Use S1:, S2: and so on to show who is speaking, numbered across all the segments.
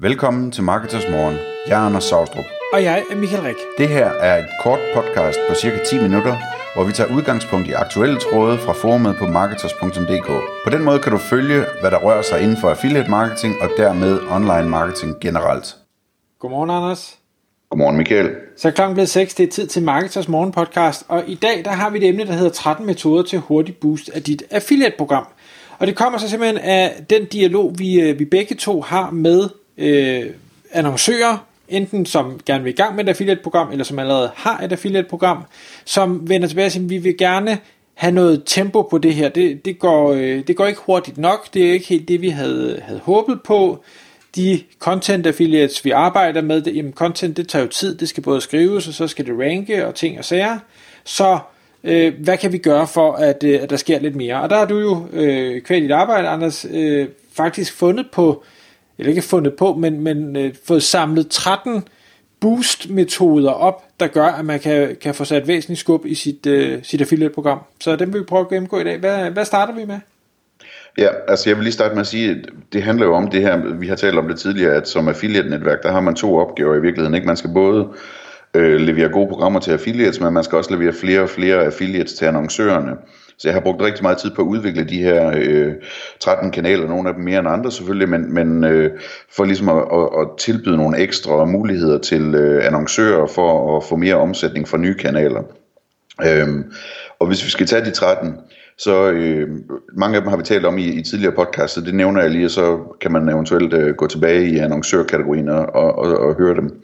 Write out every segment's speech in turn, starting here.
S1: Velkommen til Marketers Morgen. Jeg er Anders Saustrup.
S2: Og jeg er Michael Rik.
S1: Det her er et kort podcast på cirka 10 minutter, hvor vi tager udgangspunkt i aktuelle tråde fra forumet på marketers.dk. På den måde kan du følge, hvad der rører sig inden for affiliate marketing og dermed online marketing generelt.
S2: Godmorgen, Anders.
S1: Godmorgen, Michael.
S2: Så er klokken blevet 6, det er tid til Marketers Morgen podcast, og i dag der har vi et emne, der hedder 13 metoder til hurtig boost af dit affiliate-program. Og det kommer så simpelthen af den dialog, vi begge to har med annoncører, enten som gerne vil i gang med et affiliate-program, eller som allerede har et affiliate-program, som vender tilbage og siger, vi vil gerne have noget tempo på det her. Det går ikke hurtigt nok, det er ikke helt det, vi havde håbet på. De content affiliates, vi arbejder med, jamen content, det tager jo tid, det skal både skrives, og så skal det ranke og ting og sager. Så hvad kan vi gøre for, at der sker lidt mere? Og der har du jo kvad dit arbejde, Anders, faktisk fundet på, eller ikke fundet på, men fået samlet 13 boost-metoder op, der gør, at man kan få sat væsentligt skub i sit affiliate-program. Så dem vil vi prøve at gennemgå i dag. Hvad starter vi med?
S3: Ja, altså jeg vil lige starte med at sige, at det handler jo om det her, vi har talt om det tidligere, at som affiliate-netværk, der har man to opgaver i virkeligheden, ikke? Man skal både levere gode programmer til affiliates, men man skal også levere flere og flere affiliates til annoncørerne. Så jeg har brugt rigtig meget tid på at udvikle de her 13 kanaler, nogle af dem mere end andre selvfølgelig, men for ligesom at tilbyde nogle ekstra muligheder til annoncører for at få mere omsætning fra nye kanaler. Og hvis vi skal tage de 13, så mange af dem har vi talt om i tidligere podcasts, så det nævner jeg lige, og så kan man eventuelt gå tilbage i annoncørkategorien og høre dem.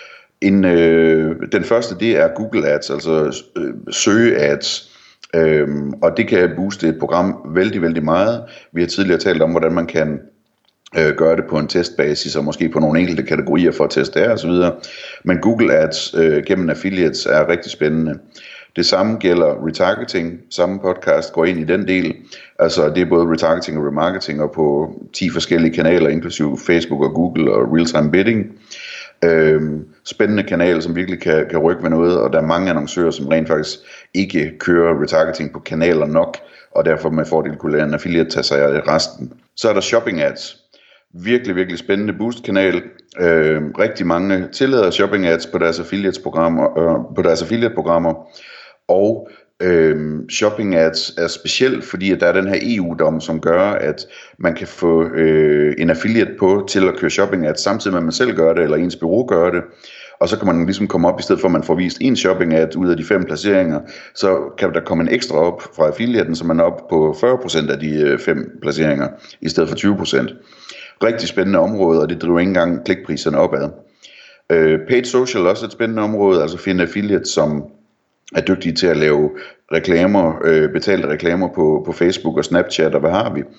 S3: Den første, det er Google Ads, altså søge-ads, og det kan booste et program vældig, vældig meget. Vi har tidligere talt om, hvordan man kan gøre det på en testbasis, og måske på nogle enkelte kategorier for at teste det og så videre. Men Google Ads gennem affiliates er rigtig spændende. Det samme gælder retargeting. Samme podcast går ind i den del. Altså det er både retargeting og remarketing, og på 10 forskellige kanaler, inklusive Facebook og Google og real-time bidding. Spændende kanaler, som virkelig kan rykke ved noget, og der er mange annoncører, som rent faktisk ikke kører retargeting på kanaler nok, og derfor med fordel kunne lade en affiliate tage sig af resten. Så er der shopping ads. Virkelig, virkelig spændende boostkanal. Rigtig mange tillader shopping ads på deres affiliate-programmer, og shopping ads er specielt, fordi at der er den her EU-dom, som gør, at man kan få en affiliate på til at køre shopping ads, samtidig med at man selv gør det, eller ens bureau gør det. Og så kan man ligesom komme op, i stedet for at man får vist en shopping ad ud af de 5 placeringer, så kan der komme en ekstra op fra affiliaten, så man er op på 40% af de 5 placeringer, i stedet for 20%. Rigtig spændende område, og det driver ikke engang klikpriserne opad. Paid social er også et spændende område, altså finde affiliates, som er dygtige til at lave reklamer, betalte reklamer på Facebook og Snapchat, og hvad har vi.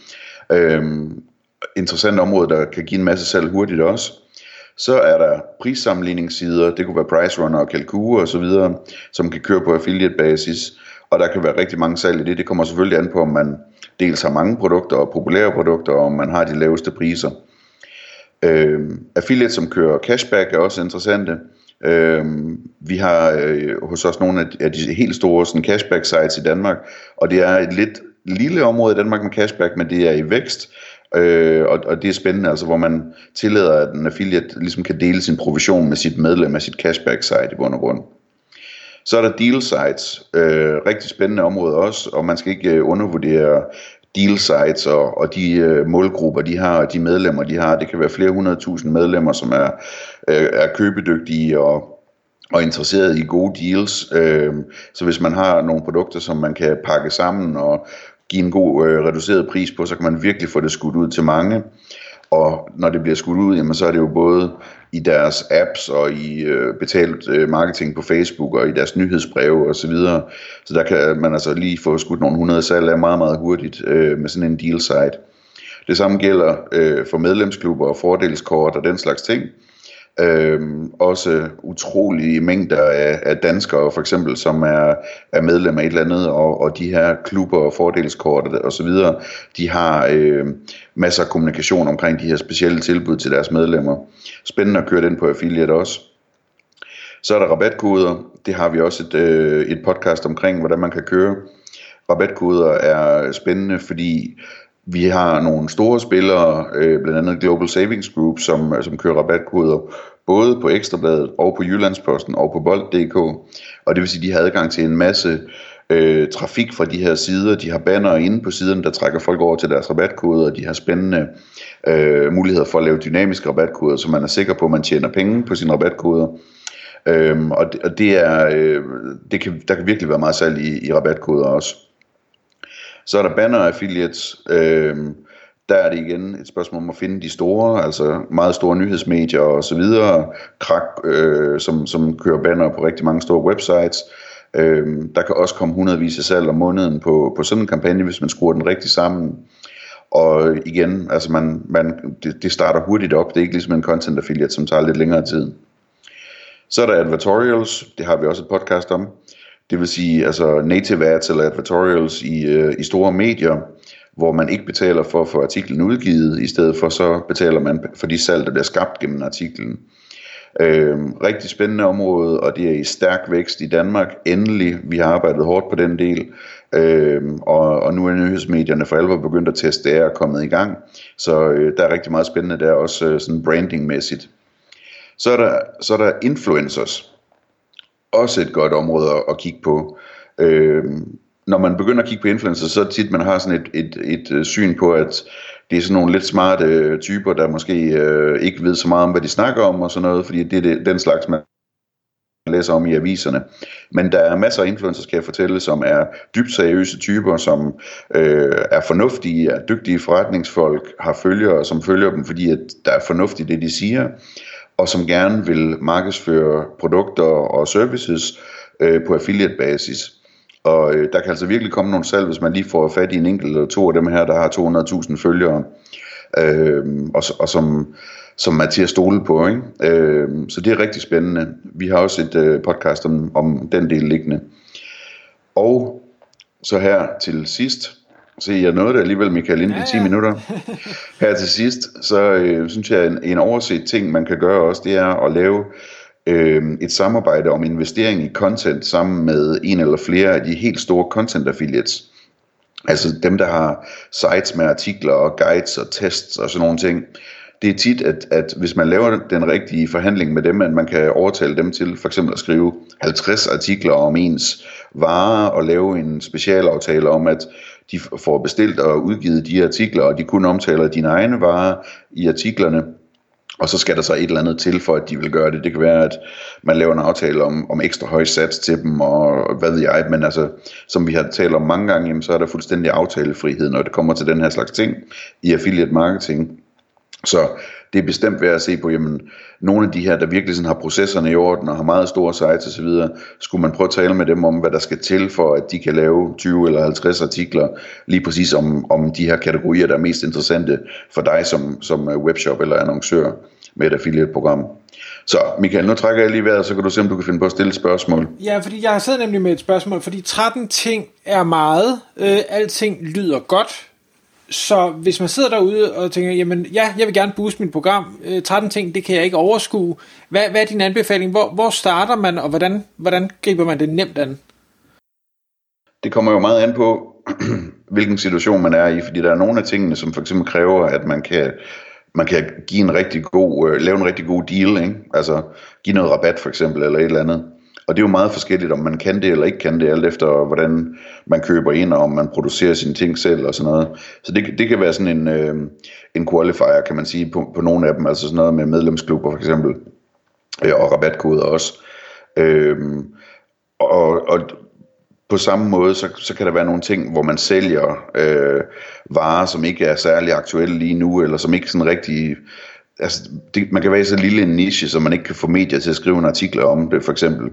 S3: Interessant område, der kan give en masse salg hurtigt også. Så er der prissammenligningssider, det kunne være PriceRunner og Kalkua og så videre, som kan køre på affiliate basis, og der kan være rigtig mange salg i det. Det kommer selvfølgelig an på, om man dels har mange produkter og populære produkter, og om man har de laveste priser. Affiliate, som kører cashback, er også interessante. Vi har hos os nogle af de helt store sådan cashback sites i Danmark, og det er et lidt lille område i Danmark med cashback, men det er i vækst. Og det er spændende, altså hvor man tillader, at en affiliate ligesom kan dele sin provision med sit medlem af sit cashback site i bund og grund. Så er der deal sites, rigtig spændende område også, og man skal ikke undervurdere deal sites og de målgrupper de har, og de medlemmer de har. Det kan være flere 100.000 medlemmer, som er købedygtige og interesseret i gode deals. Så hvis man har nogle produkter, som man kan pakke sammen og give en god reduceret pris på, så kan man virkelig få det skudt ud til mange. Og når det bliver skudt ud, jamen, så er det jo både i deres apps og i betalt marketing på Facebook og i deres nyhedsbreve og så videre. Så der kan man altså lige få skudt nogle 100 salg af meget, meget hurtigt med sådan en deal site. Det samme gælder for medlemsklubber og fordelskort og den slags ting. Også utrolige mængder af danskere for eksempel, som er medlemmer af et eller andet, og de her klubber og fordelskort og så videre, de har masser af kommunikation omkring de her specielle tilbud til deres medlemmer. Spændende at køre den på affiliate også. Så er der rabatkoder. Det har vi også et podcast omkring, hvordan man kan køre. Rabatkoder er spændende, fordi Vi har nogle store spillere, blandt andet Global Savings Group, som kører rabatkoder, både på Ekstrabladet og på Jyllandsposten og på Bold.dk. Og det vil sige, at de har adgang til en masse trafik fra de her sider. De har bannere inde på siden, der trækker folk over til deres rabatkoder, og de har spændende muligheder for at lave dynamiske rabatkoder, så man er sikker på, at man tjener penge på sine rabatkoder. Og det er, der kan virkelig være meget salg i rabatkoder også. Så er der banner affiliates. Der er det igen et spørgsmål om at finde de store, altså meget store nyhedsmedier og så videre, Krak, som kører banner på rigtig mange store websites. Der kan også komme hundredvis af salg om måneden på sådan en kampagne, hvis man skruer den rigtig sammen. Og igen, altså det starter hurtigt op. Det er ikke ligesom en content affiliate, som tager lidt længere tid. Så er der advertorials, det har vi også et podcast om. Det vil sige altså native ads eller advertorials i store medier, hvor man ikke betaler for at få artiklen udgivet, i stedet for så betaler man for de salg, der bliver skabt gennem artiklen. Rigtig spændende område, og det er i stærk vækst i Danmark. Endelig, vi har arbejdet hårdt på den del, og nu er nyhedsmedierne for alvor begyndt at teste det, er kommet i gang. Så der er rigtig meget spændende der, også sådan brandingmæssigt. Så er der influencers. Også et godt område at kigge på. Når man begynder at kigge på influencers, så er det tit, man har sådan et syn på, at det er sådan nogle lidt smarte typer, der måske ikke ved så meget om, hvad de snakker om og sådan noget, fordi det er den slags, man læser om i aviserne. Men der er masser af influencers, kan jeg fortælle, som er dybt seriøse typer, som er fornuftige, er dygtige forretningsfolk, har følgere, som følger dem, fordi at der er fornuftigt det, de siger, og som gerne vil markedsføre produkter og services på affiliate-basis. Og der kan altså virkelig komme nogle salg, hvis man lige får fat i en enkelt eller to af dem her, der har 200.000 følgere, og som er til at stole på, ikke? Så det er rigtig spændende. Vi har også et podcast om den del liggende. Og så her til sidst, så jeg nåede det alligevel, Michael, inden 10 minutter. Her til sidst, så synes jeg, en overset ting, man kan gøre også, det er at lave et samarbejde om investering i content sammen med en eller flere af de helt store content affiliates. Altså dem, der har sites med artikler og guides og tests og sådan nogle ting. Det er tit, at hvis man laver den rigtige forhandling med dem, at man kan overtale dem til for eksempel at skrive 50 artikler om ens varer og lave en specialaftale om, at de får bestilt og udgivet de artikler, og de kun omtaler dine egne varer i artiklerne. Og så skal der så et eller andet til, for at de vil gøre det. Det kan være, at man laver en aftale om ekstra høj sats til dem, og hvad ved jeg. Men altså, som vi har talt om mange gange, jamen, så er der fuldstændig aftalefrihed, når det kommer til den her slags ting i affiliate marketing. Så det er bestemt værd at se på, jamen, nogle af de her, der virkelig sådan har processerne i orden og har meget store sites osv., skulle man prøve at tale med dem om, hvad der skal til for, at de kan lave 20 eller 50 artikler, lige præcis om de her kategorier, der er mest interessante for dig som webshop eller annoncør med et affiliate-program. Så Michael, nu trækker jeg lige vejret, så kan du se, om du kan finde på at stille et spørgsmål.
S2: Ja, fordi jeg sidder nemlig med et spørgsmål, fordi 13 ting er meget, alting lyder godt. Så hvis man sidder derude og tænker, jamen ja, jeg vil gerne booste mit program, 13 ting, det kan jeg ikke overskue. Hvad er din anbefaling? Hvor starter man, og hvordan griber man det nemt an?
S3: Det kommer jo meget an på, hvilken situation man er i, fordi der er nogle af tingene, som for eksempel kræver, at man kan give en rigtig god, lave en rigtig god deal, ikke? Altså give noget rabat for eksempel, eller et eller andet. Og det er jo meget forskelligt, om man kan det eller ikke kan det, alt efter hvordan man køber ind, og om man producerer sine ting selv og sådan noget. Så det kan være sådan en qualifier, kan man sige, på nogle af dem, altså sådan noget med medlemsklubber for eksempel, og rabatkoder også. Og på samme måde, så kan der være nogle ting, hvor man sælger varer, som ikke er særlig aktuelle lige nu, eller som ikke sådan rigtig... Altså, man kan være i så lille en niche, så man ikke kan få medier til at skrive en artikel om det, for eksempel.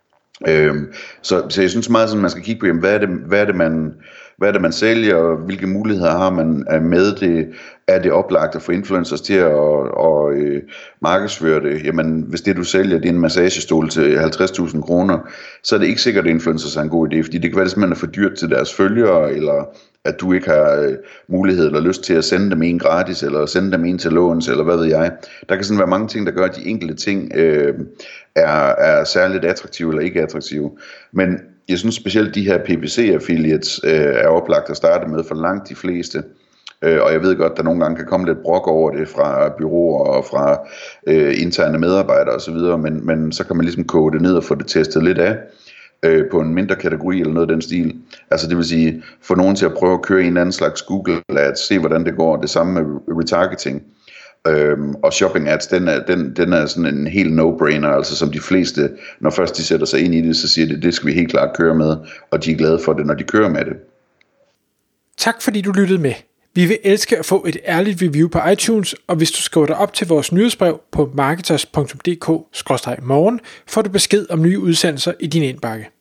S3: Så jeg synes meget sådan, man skal kigge på, jamen, hvad er det man sælger, og hvilke muligheder har man med det. Er det oplagt at få influencers til at markedsføre det? Jamen, hvis det du sælger, det er en massagestol til 50.000 kroner, så er det ikke sikkert, at influencers er en god idé, fordi det kan være, at det simpelthen er for dyrt til deres følgere, eller at du ikke har mulighed eller lyst til at sende dem en gratis, eller sende dem en til låns, eller hvad ved jeg. Der kan sådan være mange ting, der gør, at de enkelte ting er særligt attraktive eller ikke attraktive. Men jeg synes specielt, de her PPC affiliates er oplagt at starte med for langt de fleste. Og jeg ved godt, at der nogle gange kan komme lidt brok over det fra byråer og fra interne medarbejdere osv., men så kan man ligesom koge det ned og få det testet lidt af på en mindre kategori eller noget af den stil. Altså det vil sige, få nogen til at prøve at køre en eller anden slags Google Ads, se hvordan det går, det samme med retargeting. Og shopping ads, den er sådan en helt no-brainer, altså som de fleste, når først de sætter sig ind i det, så siger de, det skal vi helt klart køre med, og de er glade for det, når de kører med det.
S2: Tak fordi du lyttede med. Vi vil elske at få et ærligt review på iTunes, og hvis du skriver dig op til vores nyhedsbrev på marketers.dk/morgen, får du besked om nye udsendelser i din indbakke.